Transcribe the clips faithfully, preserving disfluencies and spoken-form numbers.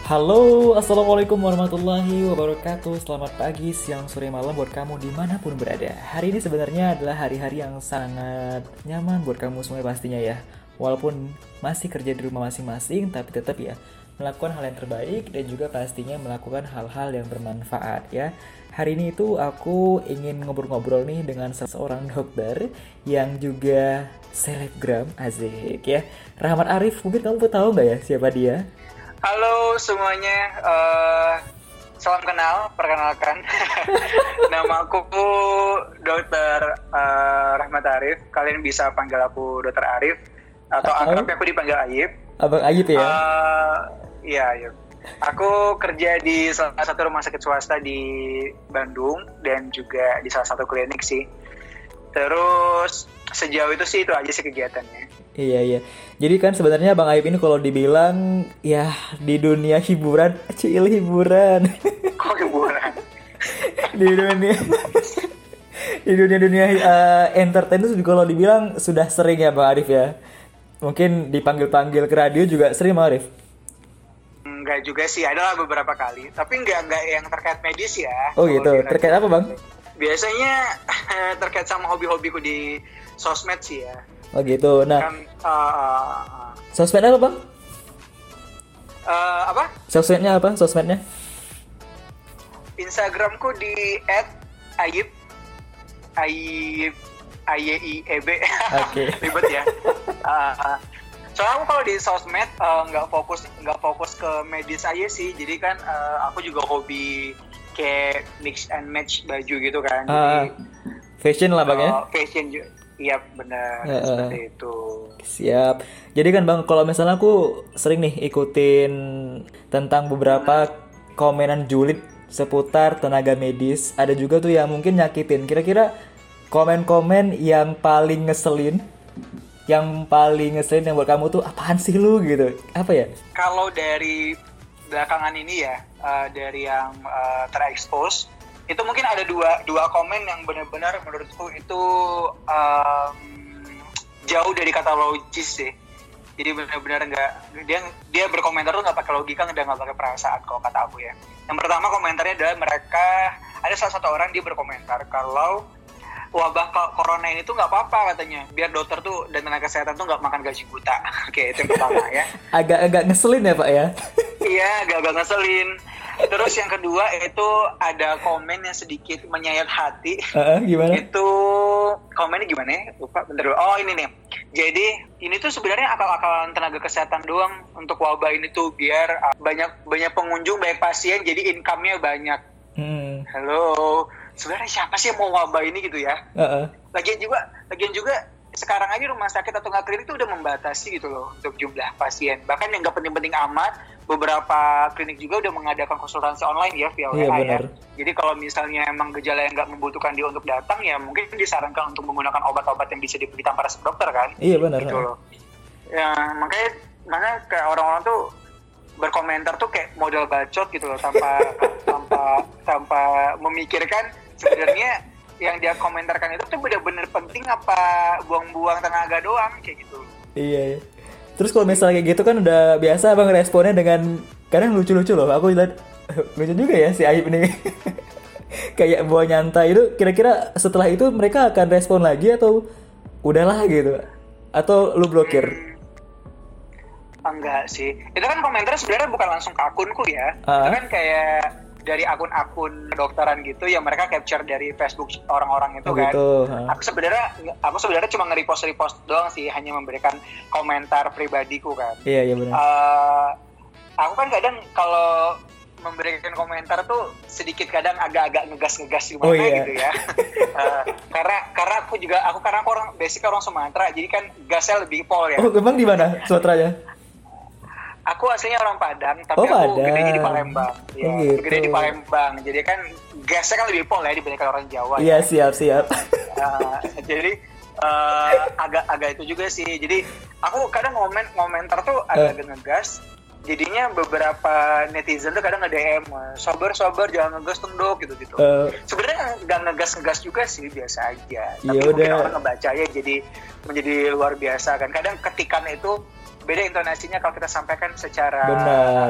Halo, Assalamualaikum warahmatullahi wabarakatuh. Selamat pagi, siang, sore, malam buat kamu dimanapun berada. Hari ini sebenarnya adalah hari-hari yang sangat nyaman buat kamu semua pastinya ya. Walaupun masih kerja di rumah masing-masing, tapi tetap ya melakukan hal yang terbaik dan juga pastinya melakukan hal-hal yang bermanfaat ya. Hari ini itu aku ingin ngobrol-ngobrol nih dengan seseorang dokter yang juga selebgram, asik ya. Rahmat Arif, mungkin kamu tahu nggak ya siapa dia? Halo semuanya, uh, salam kenal, perkenalkan. Nama aku Dokter uh, Rahmat Arif. Kalian bisa panggil aku Dokter Arif atau Oh, akrabnya aku dipanggil Ayib. Abang Ayub ya? Uh, iya, Ayib. Aku kerja di salah satu rumah sakit swasta di Bandung dan juga di salah satu klinik sih. Terus sejauh itu sih itu aja sih kegiatannya. Iya iya. Jadi kan sebenarnya Bang Aib ini kalau dibilang ya di dunia hiburan, cil hiburan. Kok hiburan? Di dunia di dunia dunia uh, entertain itu juga kalau dibilang sudah sering ya Bang Arif ya. Mungkin dipanggil-panggil ke radio juga sering Bang Arif. Enggak juga sih, adalah beberapa kali. Tapi enggak enggak yang terkait medis ya. Oh Kalau gitu. di radio. Terkait apa Bang? Biasanya terkait sama hobi-hobiku di sosmed sih ya. Oh gitu. Nah, Kan uh, sosmednya apa Bang? uh, apa? Sosmednya apa? Sosmednya? Instagramku di et ayib ayib A Y I E B. Oke. Ribet ya. Uh, soalnya aku kalau di sosmed uh, nggak fokus nggak fokus ke medis aja sih. Jadi kan uh, aku juga hobi kayak mix and match baju gitu kan. Ah, Jadi fashion lah Bang ya. uh, fashion juga. Iya benar, Heeh. seperti itu. Siap. Jadi kan Bang, kalau misalnya aku sering nih ikutin tentang beberapa komenan julid seputar tenaga medis. Ada juga tuh yang mungkin nyakitin. Kira-kira komen-komen yang paling ngeselin, yang paling ngeselin yang buat kamu tuh apaan sih lu gitu? Apa ya? Kalau dari belakangan ini ya, uh, dari yang uh, terekspos, itu mungkin ada dua dua komen yang benar-benar menurutku itu um, jauh dari kata logis sih. Jadi benar-benar nggak dia dia berkomentar tuh nggak pakai logika dan nggak pakai perasaan kalau kata aku ya. Yang pertama komentarnya adalah mereka ada salah satu orang dia berkomentar kalau wabah corona ini tuh nggak apa-apa katanya, biar dokter tuh dan tenaga kesehatan tuh nggak makan gaji buta. Oke, itu yang pertama ya. Agak-agak ngeselin ya Pak ya? Iya, agak-agak ngeselin. Terus yang kedua itu ada komen yang sedikit menyayat hati. Uh, gimana? Itu komennya gimana ya? Lupa, bentar dulu. Oh ini nih. Jadi ini tuh sebenarnya akal-akalan tenaga kesehatan doang untuk wabah ini tuh biar uh, banyak banyak pengunjung, banyak pasien, jadi income-nya banyak. Hmm. Halo, sebenarnya siapa sih yang mau wabah ini gitu ya? Uh-uh. Lagian juga, lagian juga sekarang aja rumah sakit atau nggak klinik itu udah membatasi gitu loh untuk jumlah pasien. Bahkan yang nggak penting-penting amat, beberapa klinik juga udah mengadakan konsultasi online ya via W A Iya, ya. benar. Jadi kalau misalnya emang gejala yang nggak membutuhkan dia untuk datang ya mungkin disarankan untuk menggunakan obat-obat yang bisa diberi tanpa resep dokter kan. Iya benar. Gitu loh. Ya makanya mana kayak orang-orang tuh berkomentar tuh kayak model bacot gitu loh tanpa tanpa tanpa memikirkan sebenarnya yang dia komentarkan itu tuh benar-benar penting apa buang-buang tenaga doang kayak gitu. Iya, iya. Terus kalau misalnya kayak gitu kan udah biasa Bang responnya dengan kadang lucu-lucu loh. Aku lihat lucu juga ya si Aib ini. Kayak buah nyantai itu, kira-kira setelah itu mereka akan respon lagi atau udahlah gitu? Atau lu blokir? Hmm, enggak sih. Itu kan komentar sebenarnya bukan langsung ke akunku ya. Ah. Itu kan kayak dari akun-akun kedokteran gitu yang mereka capture dari Facebook orang-orang itu Oh, kan. gitu. Ah. Aku sebenarnya aku sebenarnya cuma nge-repost-repost doang sih, hanya memberikan komentar pribadiku kan. Iya, iya benar. Uh, aku kan kadang kalau memberikan komentar tuh sedikit kadang agak-agak ngegas-ngegas gimana Oh, iya. gitu ya. uh, karena karena aku juga aku karena aku orang basic orang Sumatera, jadi kan gasnya lebih pol ya. Oh, emang di mana Sumateranya? Aku aslinya orang Padang, tapi Oh, aku Padang. gedenya di Palembang. Ya, Oh, gitu. gede di Palembang. Jadi kan gasnya kan lebih pol ya dibandingkan orang Jawa. Iya, ya. siap, siap. Uh, jadi uh, agak agak itu juga sih. Jadi aku kadang ngomen komentar tuh agak-agak ngegas. Jadinya beberapa netizen tuh kadang nge-D M, sabar sabar jangan ngegas tuh dok gitu-gitu. Uh, Sebenarnya nggak ngegas-ngegas juga sih, biasa aja. Tapi Ya mungkin udah. orang ngebaca ya jadi menjadi luar biasa kan. Kadang ketikan itu beda intonasinya kalau kita sampaikan secara Benar.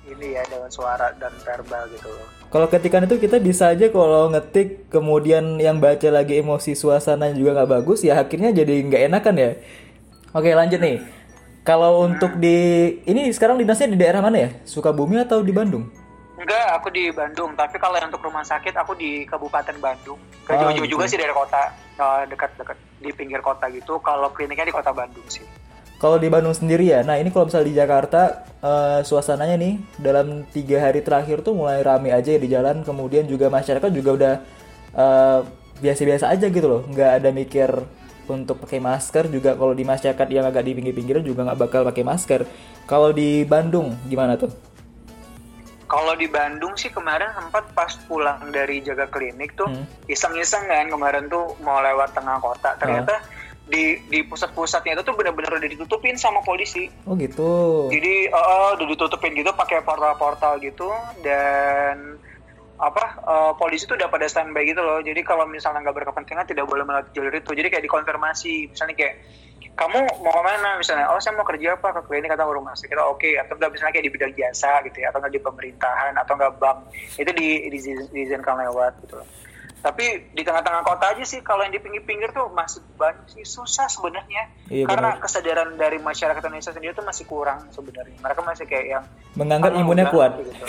ini ya dengan suara dan verbal gitu loh. Kalau ketikan itu kita bisa aja kalau ngetik kemudian yang baca lagi emosi suasana juga nggak bagus ya akhirnya jadi nggak enakan ya. Oke lanjut nih. Kalau untuk di ini sekarang dinasnya di daerah mana ya? Sukabumi atau di Bandung? Enggak, aku di Bandung. Tapi kalau yang untuk rumah sakit aku di Kabupaten Bandung. Gak Oh, jauh-jauh gitu. juga sih dari kota, eh, dekat-dekat di pinggir kota gitu. Kalau kliniknya di kota Bandung sih. Kalau di Bandung sendiri ya, nah ini kalau misalnya di Jakarta eh, suasananya nih dalam tiga hari terakhir tuh mulai rame aja ya di jalan, kemudian juga masyarakat juga udah eh, biasa-biasa aja gitu loh, nggak ada mikir untuk pakai masker juga. Kalau di masyarakat yang agak di pinggir-pinggir juga nggak bakal pakai masker. Kalau di Bandung gimana tuh? Kalau di Bandung sih kemarin sempat pas pulang dari jaga klinik tuh Hmm. iseng-iseng kan kemarin tuh mau lewat tengah kota. Ternyata di di pusat-pusatnya itu tuh benar-benar udah ditutupin sama polisi. Oh gitu. Jadi eh, eh, udah ditutupin gitu pakai portal-portal gitu dan apa eh, polisi tuh udah pada standby gitu loh. Jadi kalau misalnya nggak berkepentingan tidak boleh melewati jalur itu. Jadi kayak dikonfirmasi, misalnya kayak kamu mau kemana misalnya, oh saya mau kerja apa ke klinik atau rumah sakit, oh, oke, atau enggak misalnya kayak di bidang jasa gitu ya, atau enggak di pemerintahan atau enggak bank, itu di, di diizinkan lewat gitu loh. Tapi di tengah-tengah kota aja sih, kalau yang di pinggir-pinggir tuh masih banyak sih, susah sebenarnya. Iya, Karena benar. kesadaran dari masyarakat Indonesia sendiri tuh masih kurang sebenarnya. Mereka masih kayak yang Menganggap "Ah, imunnya udah," kuat. gitu.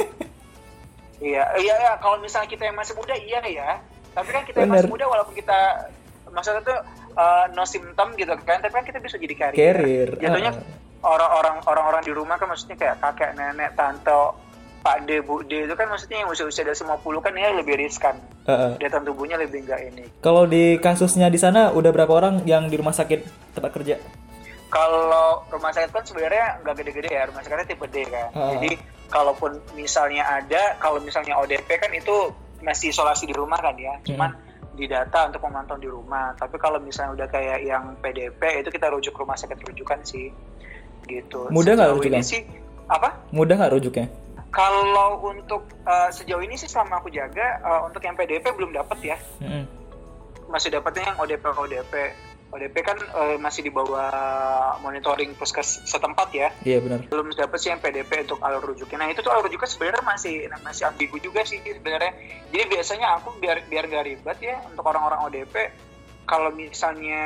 Iya, iya, iya. Kalau misalnya kita yang masih muda, iya ya. Tapi kan kita yang Bener. masih muda, walaupun kita maksudnya tuh uh, no symptom gitu kan, tapi kan kita bisa jadi carrier. Carrier, Jatuhnya ah. orang-orang orang-orang di rumah kan maksudnya kayak kakek, nenek, tante, Pak D, Bu D itu kan maksudnya yang usia-usia dari lima puluh kan ya lebih riskan. Heeh. Daya tahan tubuhnya lebih enggak ini. Kalau di kasusnya di sana udah berapa orang yang di rumah sakit tempat kerja? Kalau rumah sakit kan sebenarnya nggak gede-gede ya, rumah sakitnya tipe D kan. Ah. Jadi kalaupun misalnya ada, kalau misalnya O D P kan itu masih isolasi di rumah kan ya, cuman di data untuk memantau di rumah. Tapi kalau misalnya udah kayak yang P D P itu kita rujuk rumah sakit rujukan sih, gitu. Mudah nggak Sejauh rujuknya? ini sih apa? Mudah nggak rujuknya? Kalau untuk uh, sejauh ini sih selama aku jaga, uh, untuk yang P D P belum dapat ya. Mm-mm. Masih dapatnya yang O D P O D P. O D P kan uh, masih di bawah monitoring puskes setempat ya. Iya benar. Belum dapat sih yang P D P untuk alur rujuknya. Nah itu tuh alur rujuknya sebenarnya masih masih ambigu juga sih sebenarnya. Jadi biasanya aku biar biar nggak ribet ya untuk orang-orang O D P, kalau misalnya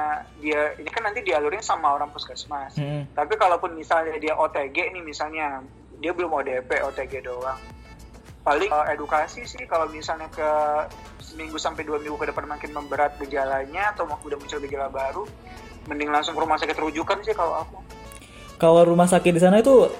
dia ini kan nanti dialurin sama orang puskesmas. Hmm. Tapi kalaupun misalnya dia O T G nih misalnya, dia belum O D P, O T G doang. Paling uh, edukasi sih kalau misalnya ke seminggu sampai dua minggu ke depan makin memberat gejalanya atau udah muncul gejala baru, mending langsung ke rumah sakit rujukan sih kalau aku. Kalau rumah sakit di sana itu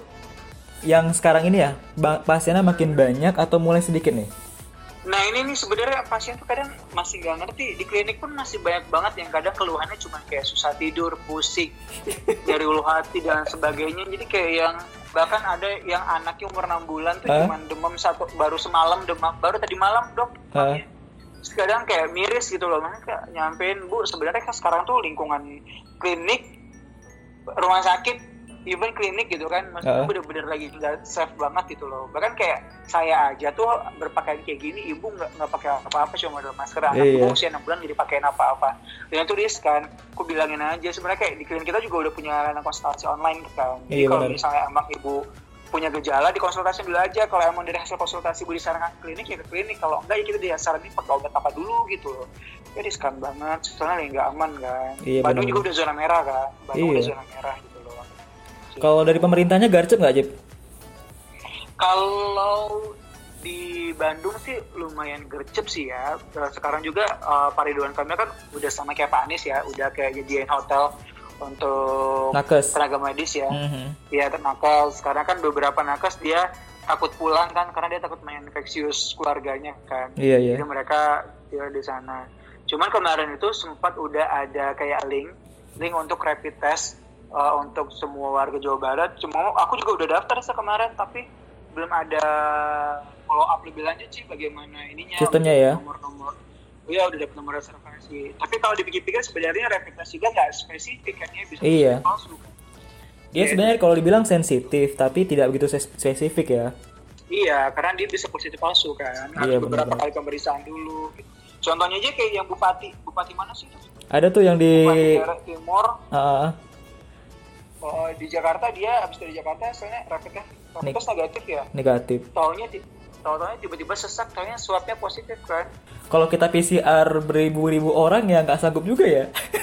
yang sekarang ini ya, ba- pasiennya makin banyak atau mulai sedikit nih? Nah ini nih sebenarnya pasien tuh kadang masih nggak ngerti. Di klinik pun masih banyak banget yang kadang keluhannya cuma kayak susah tidur, pusing, dari ulu hati dan sebagainya. Jadi kayak yang bahkan ada yang anaknya umur enam bulan tuh Hah? cuma demam satu, baru semalam demam, baru tadi malam dok. Hah? demamnya. Terus kadang kayak miris gitu loh, makanya nyampein bu sebenarnya kan sekarang tuh lingkungan klinik, rumah sakit, even klinik gitu kan, maksudnya Uh. bener-bener lagi nggak safe banget gitu loh. Bahkan kayak saya aja tuh berpakaian kayak gini, ibu nggak nggak pakai apa-apa, cuma ada masker. Anak Iya. ibu usia enam bulan jadi pakaiin apa-apa. Dan itu riskan. Aku bilangin aja sebenarnya kayak di klinik kita juga udah punya layanan konsultasi online kan. Jadi Iya, kalau benar. misalnya emang ibu punya gejala, dikonsultasi dulu aja. Kalau emang dari hasil konsultasi ibu disarankan ke klinik ya ke klinik. Kalau enggak ya kita disaranin pakai obat apa dulu gitu loh. Ya riskan banget, soalnya nggak aman kan. Iya, Bandung benar. juga udah zona merah kan. Bandung Iya. udah zona merah gitu loh. Kalau dari pemerintahnya garcep nggak, Jep? Kalau di Bandung sih lumayan gercep sih ya. Sekarang juga uh, Pak Ridwan Kamil kan udah sama kayak Pak Anies ya, udah kayak nyediain hotel untuk Nakes. tenaga medis ya. Mhm. Ya nakes. Karena kan beberapa nakes dia takut pulang kan, karena dia takut menginfeksius keluarganya kan. Iya, iya. Jadi mereka ya di sana. Cuman kemarin itu sempat udah ada kayak link, link untuk rapid test uh, untuk semua warga Jawa Barat. Cuma aku juga udah daftar sih kemarin, tapi belum ada follow up lebih lanjut sih bagaimana ininya. Sistemnya ya? Nomor-nomor. Iya udah dapet nomor reservasi. Tapi kalau dipikir-pikir sebenarnya rapid test juga nggak spesifik kan ya, bisa Iya. palsu kan. Dia Iya. sebenarnya kalau dibilang sensitif, tapi tidak begitu ses- spesifik ya. Iya, karena dia bisa positif palsu kan. Harus Iya, beberapa benar-benar. kali pemeriksaan dulu. Gitu. Contohnya aja kayak yang bupati, bupati mana sih? Ada tuh yang di Bupati daerah Timur. Ah, Oh, di Jakarta dia habis dari Jakarta soalnya rapid test rapid test negatif ya. Negatif. Taunya tahu-tahu tiba-tiba sesak, taunya swabnya positif kan. Kalau kita P C R beribu-ribu orang ya nggak sanggup juga ya.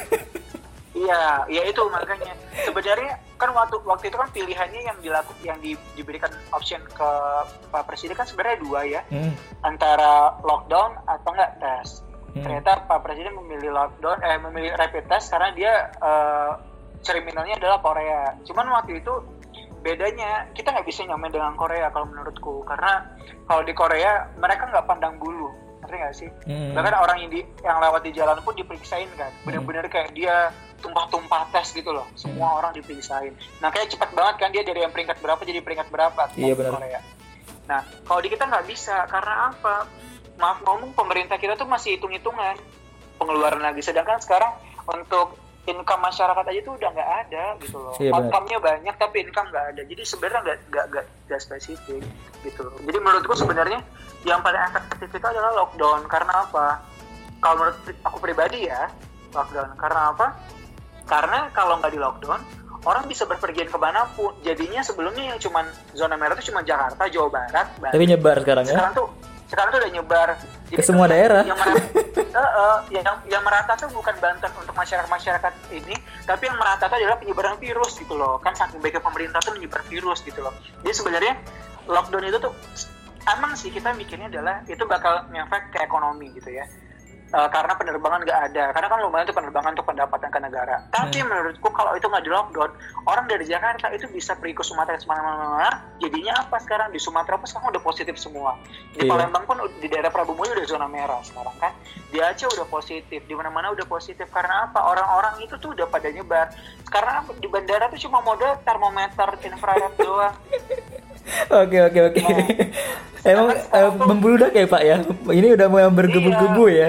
Iya, ya itu makanya sebenarnya kan waktu waktu itu kan pilihannya yang dilakukan yang di, diberikan option ke Pak Presiden kan sebenarnya dua ya, hmm. antara lockdown atau enggak tes. Hmm. Ternyata Pak Presiden memilih lockdown, eh memilih rapid test karena dia uh, cerminalnya adalah Korea. Cuman waktu itu bedanya kita nggak bisa nyamain dengan Korea kalau menurutku, karena kalau di Korea mereka nggak pandang bulu, ngerti nggak sih? Hmm. Bahkan orang yang di yang lewat di jalan pun diperiksain kan, benar-benar kayak dia tumpah-tumpah tes gitu loh, semua hmm. orang diperiksain. Nah kayak cepat banget kan dia dari yang peringkat berapa jadi peringkat berapa iya, di Korea. Nah kalau di kita nggak bisa, karena apa? Maaf ngomong, pemerintah kita tuh masih hitung-hitungan pengeluaran lagi, sedangkan sekarang untuk income masyarakat aja tuh udah nggak ada gitu loh. Iya, outcome-nya banyak tapi income nggak ada, jadi sebenarnya nggak nggak nggak spesifik gitu loh. Jadi menurutku sebenarnya yang paling efektif itu adalah lockdown. Karena apa? Kalau menurut aku pribadi ya, lockdown. Karena apa? Karena kalau nggak di lockdown, orang bisa berpergian kemanapun. Jadinya sebelumnya yang cuman zona merah itu cuma Jakarta, Jawa Barat, Bali. Tapi nyebar sekarang ya? Sekarang tuh, sekarang tuh udah nyebar. Jadi ke semua daerah. Yang merata, uh, uh, yang, yang merata tuh bukan Banten untuk masyarakat-masyarakat ini, tapi yang merata tuh adalah penyebaran virus gitu loh. Kan saking baiknya pemerintah tuh menyebar virus gitu loh. Jadi sebenarnya lockdown itu tuh, emang sih kita mikirnya adalah itu bakal ngefek ke ekonomi gitu ya. Uh, karena penerbangan nggak ada, karena kan lumayan tuh penerbangan untuk pendapatan ke negara. Tapi hmm. menurutku kalau itu nggak di lockdown, orang dari Jakarta itu bisa pergi ke Sumatera semana-mana. Jadinya apa sekarang di Sumatera pun sekarang udah positif semua. Di iya. Palembang pun di daerah Prabu Mulyo udah zona merah sekarang kan. Di Aceh udah positif, di mana-mana udah positif. Karena apa? Orang-orang itu tuh udah pada nyebar. Karena di bandara tuh cuma modal termometer infrared doang. Oke oke oke. Emang uh, membludak ya Pak ya. Ini udah mulai bergebu-gebu iya. ya.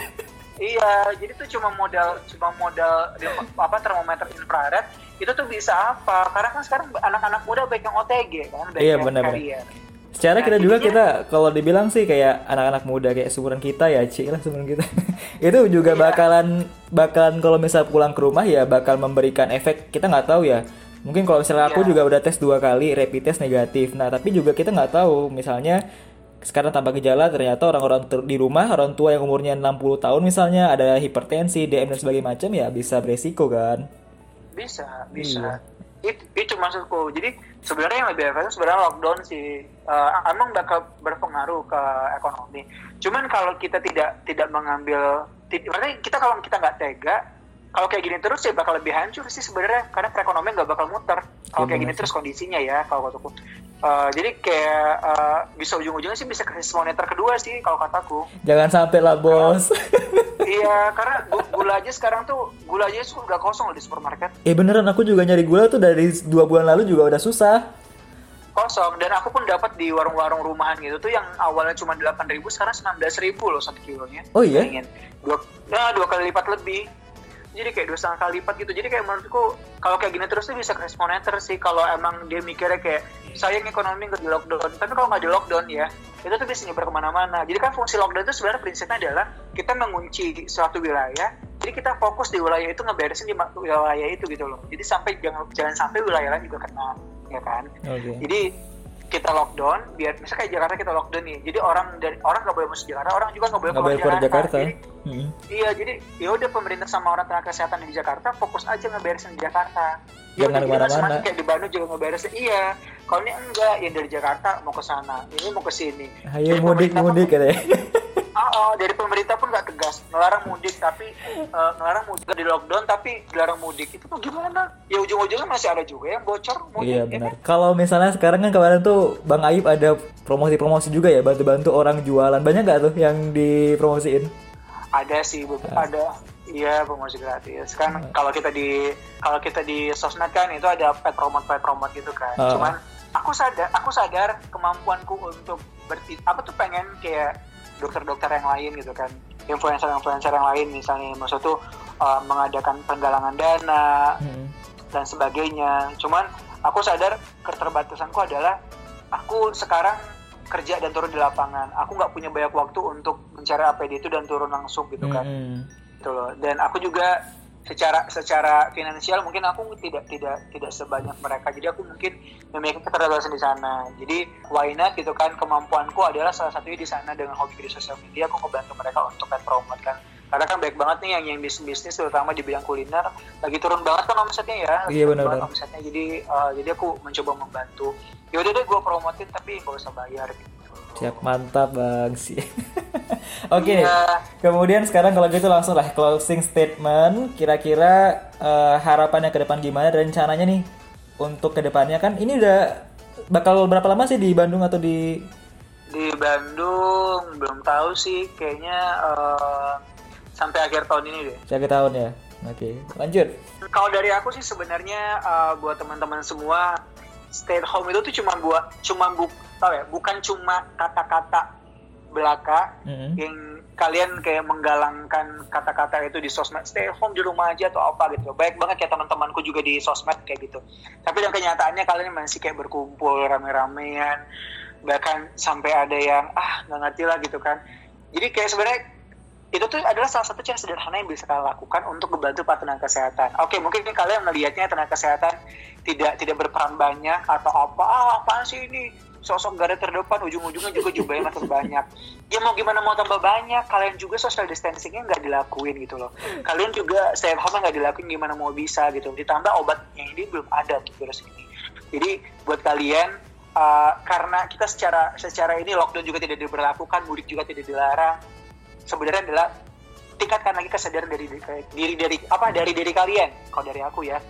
Iya, jadi tuh cuma modal cuma modal apa termometer infrared itu tuh bisa apa? Karena kan sekarang anak-anak muda baik yang O T G kan, baik iya, yang benar, karier. Secara nah, kita juga kita kalau dibilang sih kayak anak-anak muda kayak seumuran kita ya, Ci lah seumuran kita. Itu juga iya. bakalan bakalan kalau misal pulang ke rumah ya bakal memberikan efek, kita nggak tahu ya. Mungkin kalau misalnya aku yeah. juga udah tes dua kali, rapid test negatif. Nah, tapi juga kita nggak tahu, misalnya sekarang tanpa gejala ternyata orang-orang ter- di rumah, orang tua yang umurnya enam puluh tahun misalnya, ada hipertensi, D M dan sebagainya macam ya bisa beresiko kan? Bisa, bisa. Iya. It, itu maksudku. Jadi sebenarnya yang lebih efektif sebenarnya lockdown sih. Uh, emang bakal berpengaruh ke ekonomi. Cuman kalau kita tidak tidak mengambil, berarti kita kalau kita nggak tega, kalau kayak gini terus ya bakal lebih hancur sih sebenarnya, karena perekonomian nggak bakal muter kalau kayak gini terus kondisinya ya kalau kataku. Uh, jadi kayak uh, bisa ujung-ujungnya sih bisa krisis moneter kedua sih kalau kataku. Jangan sampai lah bos. Karena, iya, karena gula aja sekarang tuh gula aja udah kosong loh di supermarket. Eh beneran, aku juga nyari gula tuh dari dua bulan lalu juga udah susah. Kosong, dan aku pun dapat di warung-warung rumahan gitu tuh yang awalnya cuma delapan ribu sekarang sembilan belas ribu loh satu kilonya. Oh iya? Ingin dua, nah, dua kali lipat lebih. Jadi kayak dua setengah kali lipat gitu. Jadi kayak menurutku kalau kayak gini terus tuh bisa krisis moneter sih kalau emang dia mikirnya kayak sayang ekonomi nggak di lockdown. Tapi kalau nggak di lockdown ya itu tuh bisa nyebar kemana-mana. Jadi kan fungsi lockdown itu sebenarnya prinsipnya adalah kita mengunci suatu wilayah. Jadi kita fokus di wilayah itu, ngeberesin di wilayah itu gitu loh. Jadi sampai jangan jangan sampai wilayah lain juga kena, ya kan? Okay. Jadi kita lockdown biar misalnya kayak Jakarta kita lockdown nih, jadi orang dari orang nggak boleh masuk Jakarta, orang juga nggak boleh keluar Jakarta, Jakarta. Jadi, hmm. iya jadi ya udah pemerintah sama orang tenaga kesehatan di Jakarta fokus aja ngeberesin di Jakarta. Ya jangan kemana-mana. Kayak di Bandung juga ngeberesin, iya. Kalau ini enggak, yang dari Jakarta mau ke sana, ini mau ke sini. Ayo mudik mudik katanya. Oh, oh, dari pemerintah pun nggak tegas ngelarang mudik, tapi uh, ngelarang mudik di lockdown tapi dilarang mudik. Itu tuh gimana? Ya ujung-ujungnya masih ada juga yang bocor mudik. Iya benar. Ya? Kalau misalnya sekarang kan kemarin tuh Bang Aib ada promosi-promosi juga ya, bantu-bantu orang jualan. Banyak nggak tuh yang dipromosiin? Ada sih, ah. ada. Iya, promosi gratis. Kan ah. kalau kita di kalau kita di sosmed kan itu ada pet promote pet promote gitu kan. Ah. Cuman aku sadar aku sadar kemampuanku untuk berti apa tuh pengen kayak dokter-dokter yang lain gitu kan, influencer-influencer yang lain misalnya, maksud tuh uh, mengadakan penggalangan dana hmm. dan sebagainya. Cuman aku sadar keterbatasanku adalah aku sekarang kerja dan turun di lapangan. Aku nggak punya banyak waktu untuk mencari A P D itu dan turun langsung gitu kan. Hmm. Gitu loh. Dan aku juga secara secara finansial mungkin aku tidak tidak tidak sebanyak mereka, jadi aku mungkin memiliki keterbatasan di sana. Jadi why not gitu kan, kemampuanku adalah salah satunya di sana dengan hobi di sosial media aku membantu mereka untuk kan promote kan, karena kan banyak banget nih yang yang bisnis bisnis terutama di bidang kuliner lagi turun banget kan omsetnya ya, lagi Iya, turun banget benar-benar. omsetnya, jadi uh, jadi aku mencoba membantu. Ya udah deh gue promotin tapi nggak usah bayar gitu. Siap, mantap Bang sih. Oke, Iya. kemudian sekarang kalau gitu langsung lah closing statement. Kira-kira eh, harapannya ke depan gimana, rencananya nih untuk ke depannya, kan ini udah bakal berapa lama sih di Bandung atau di Di Bandung belum tahu sih, kayaknya uh, sampai akhir tahun ini deh. akhir tahun ya? Oke, lanjut. Kalau dari aku sih sebenarnya uh, buat teman-teman semua, stay at home itu tuh cuma buat cuma bu, tahu ya, bukan cuma kata-kata belaka Mm-hmm. yang kalian kayak menggalangkan kata-kata itu di sosmed, stay at home di rumah aja atau apa gitu. Baik banget kayak teman-temanku juga di sosmed kayak gitu. Tapi dalam kenyataannya kalian masih kayak berkumpul rame-ramean, bahkan sampai ada yang ah nggak ngerti lah gitu kan. Jadi kayak sebenarnya itu tuh adalah salah satu cara sederhana yang bisa kalian lakukan untuk membantu para tenaga kesehatan. Oke, mungkin kalian melihatnya tenaga kesehatan tidak tidak berperan banyak atau apa, ah apaan sih ini, sosok garda terdepan, ujung-ujungnya juga jumlahnya makin banyak. Ya mau gimana mau tambah banyak, kalian juga social distancingnya nggak dilakuin gitu loh. Kalian juga stay at home nggak dilakuin, gimana mau bisa gitu. Ditambah obatnya ini belum ada tuh virus ini. Jadi buat kalian, uh, karena kita secara secara ini lockdown juga tidak diberlakukan, mudik juga tidak dilarang. Sebenarnya adalah tingkatkan lagi kesadaran dari diri dari apa dari diri kalian. Kalau dari aku ya,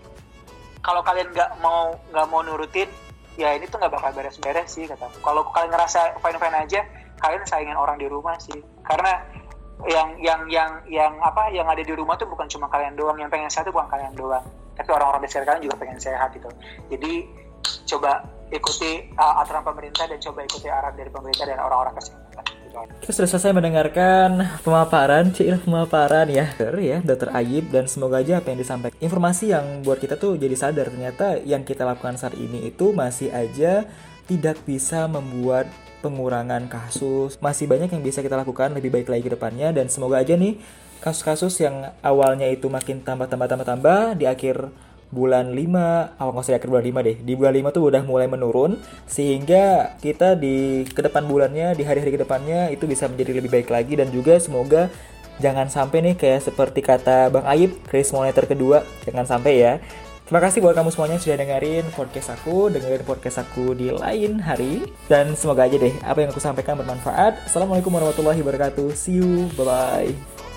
kalau kalian nggak mau nggak mau nurutin, ya ini tuh nggak bakal beres-beres sih kataku. Kalau kalian ngerasa fine-fine aja, kalian saingin orang di rumah sih. Karena yang yang yang yang apa yang ada di rumah tuh bukan cuma kalian doang, yang pengen sehat tuh bukan kalian doang, tapi orang-orang di sekitar kalian juga pengen sehat gitu. Jadi coba ikuti uh, aturan pemerintah dan coba ikuti arahan dari pemerintah dan orang-orang kesehatan. Kita sudah selesai mendengarkan pemaparan, cil pemaparan ya, ya, Dokter Ayib, dan semoga aja apa yang disampaikan, informasi yang buat kita tuh jadi sadar ternyata yang kita lakukan saat ini itu masih aja tidak bisa membuat pengurangan kasus, masih banyak yang bisa kita lakukan lebih baik lagi ke depannya, dan semoga aja nih kasus-kasus yang awalnya itu makin tambah-tambah-tambah-tambah di akhir bulan lima, awal nggak usah di akhir bulan lima deh, di bulan lima tuh udah mulai menurun, sehingga kita di ke depan bulannya, di hari-hari ke depannya itu bisa menjadi lebih baik lagi, dan juga semoga jangan sampai nih kayak seperti kata Bang Ayib, krisis moneter kedua, jangan sampai ya. Terima kasih buat kamu semuanya sudah dengerin podcast aku, dengerin podcast aku di lain hari, dan semoga aja deh apa yang aku sampaikan bermanfaat. Assalamualaikum warahmatullahi wabarakatuh, see you, bye-bye.